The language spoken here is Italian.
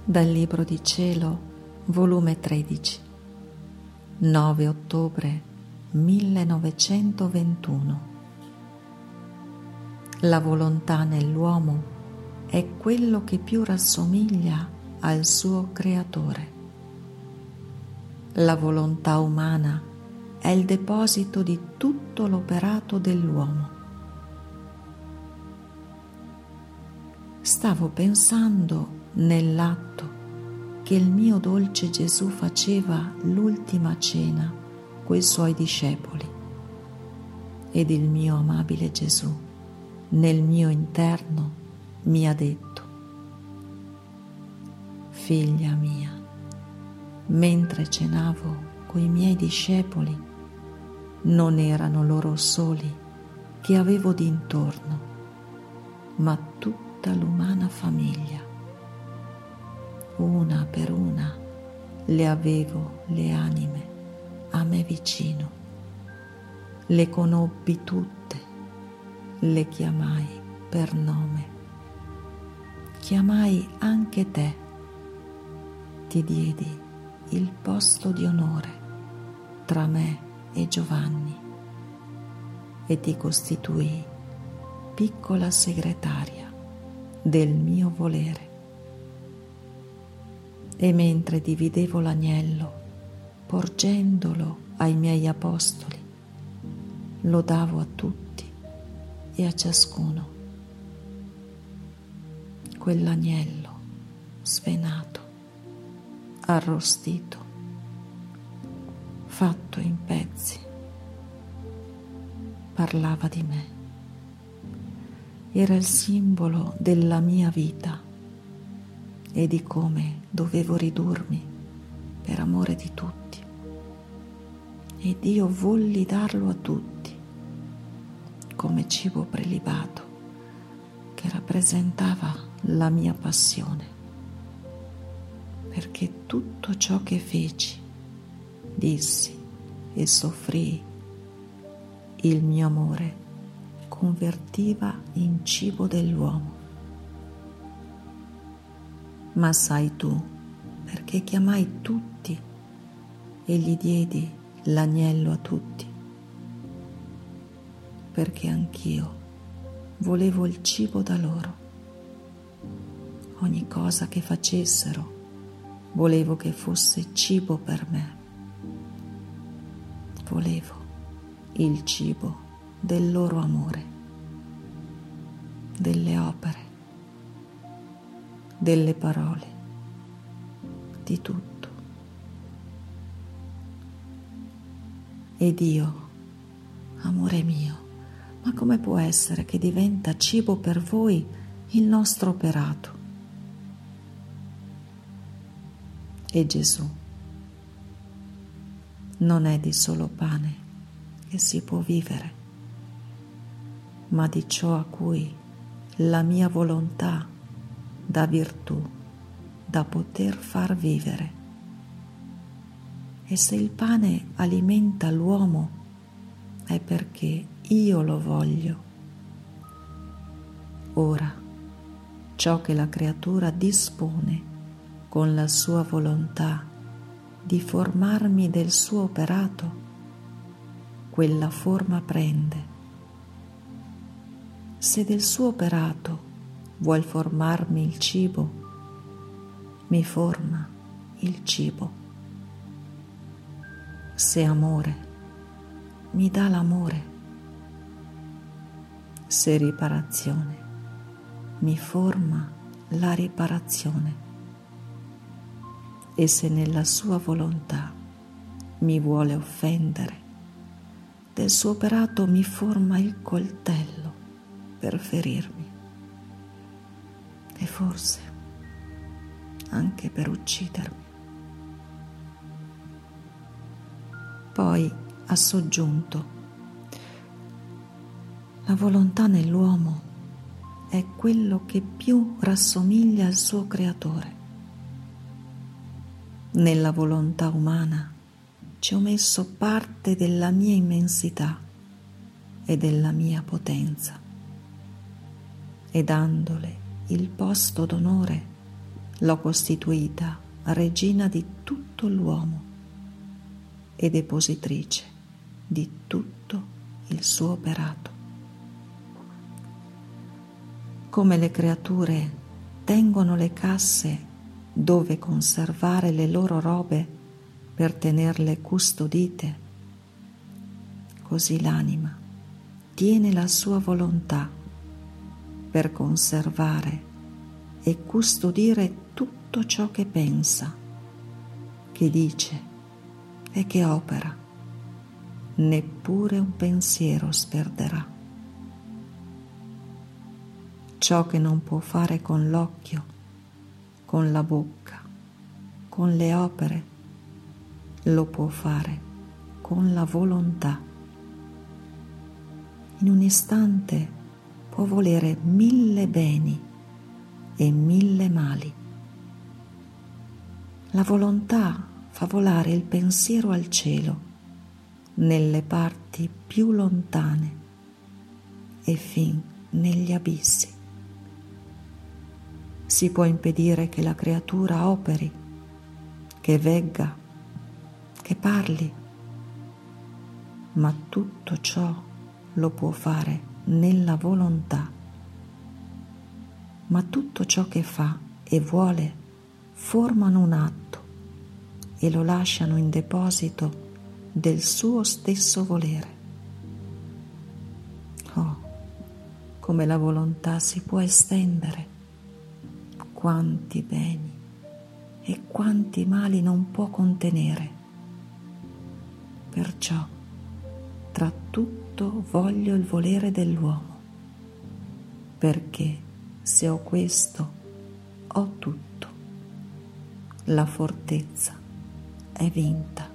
Dal Libro di Cielo, volume 13, 9 ottobre 1921. La volontà nell'uomo è quello che più rassomiglia al suo creatore. La volontà umana è il deposito di tutto l'operato dell'uomo. Stavo pensando nell'atto che il mio dolce Gesù faceva l'ultima cena coi suoi discepoli, ed il mio amabile Gesù nel mio interno mi ha detto: figlia mia, mentre cenavo coi miei discepoli, non erano loro soli che avevo d'intorno, ma tutta l'umana famiglia. Una per una le avevo le anime a me vicino, le conobbi tutte, le chiamai per nome, chiamai anche te, ti diedi il posto di onore tra me e Giovanni e ti costituii piccola segretaria del mio volere. E mentre dividevo l'agnello, porgendolo ai miei apostoli, lo davo a tutti e a ciascuno. Quell'agnello svenato, arrostito, fatto in pezzi, parlava di me. Era il simbolo della mia vita e di come dovevo ridurmi per amore di tutti. Ed io volli darlo a tutti come cibo prelibato che rappresentava la mia passione, perché tutto ciò che feci, dissi e soffrii, il mio amore convertiva in cibo dell'uomo. Ma sai tu perché chiamai tutti e gli diedi l'agnello a tutti? Perché anch'io volevo il cibo da loro. Ogni cosa che facessero volevo che fosse cibo per me. Volevo il cibo del loro amore, delle opere, delle parole, di tutto. Ed io, amore mio, ma come può essere che diventa cibo per voi il nostro operato? E Gesù: non è di solo pane che si può vivere, ma di ciò a cui la mia volontà dà virtù da poter far vivere. E se il pane alimenta l'uomo è perché io lo voglio. Ora, ciò che la creatura dispone con la sua volontà di formarmi del suo operato, quella forma prende. Se del suo operato vuol formarmi il cibo, mi forma il cibo. Se amore, mi dà l'amore. Se riparazione, mi forma la riparazione. E se nella sua volontà mi vuole offendere, del suo operato mi forma il coltello per ferirmi. E forse anche per uccidermi. Poi ha soggiunto: la volontà nell'uomo è quello che più rassomiglia al suo creatore. Nella volontà umana ci ho messo parte della mia immensità e della mia potenza, e dandole il posto d'onore l'ho costituita regina di tutto l'uomo e depositrice di tutto il suo operato. Come le creature tengono le casse dove conservare le loro robe per tenerle custodite, così l'anima tiene la sua volontà per conservare e custodire tutto ciò che pensa, che dice e che opera. Neppure un pensiero sperderà. Ciò che non può fare con l'occhio, con la bocca, con le opere, lo può fare con la volontà. In un istante può volere 1000 beni e 1000 mali. La volontà fa volare il pensiero al cielo, nelle parti più lontane e fin negli abissi. Si può impedire che la creatura operi, che vegga, che parli, ma tutto ciò lo può fare nella volontà. Ma tutto ciò che fa e vuole formano un atto e lo lasciano in deposito del suo stesso volere. Oh, come la volontà si può estendere, quanti beni e quanti mali non può contenere. Perciò tra tutto voglio il volere dell'uomo, perché se ho questo, ho tutto. La fortezza è vinta.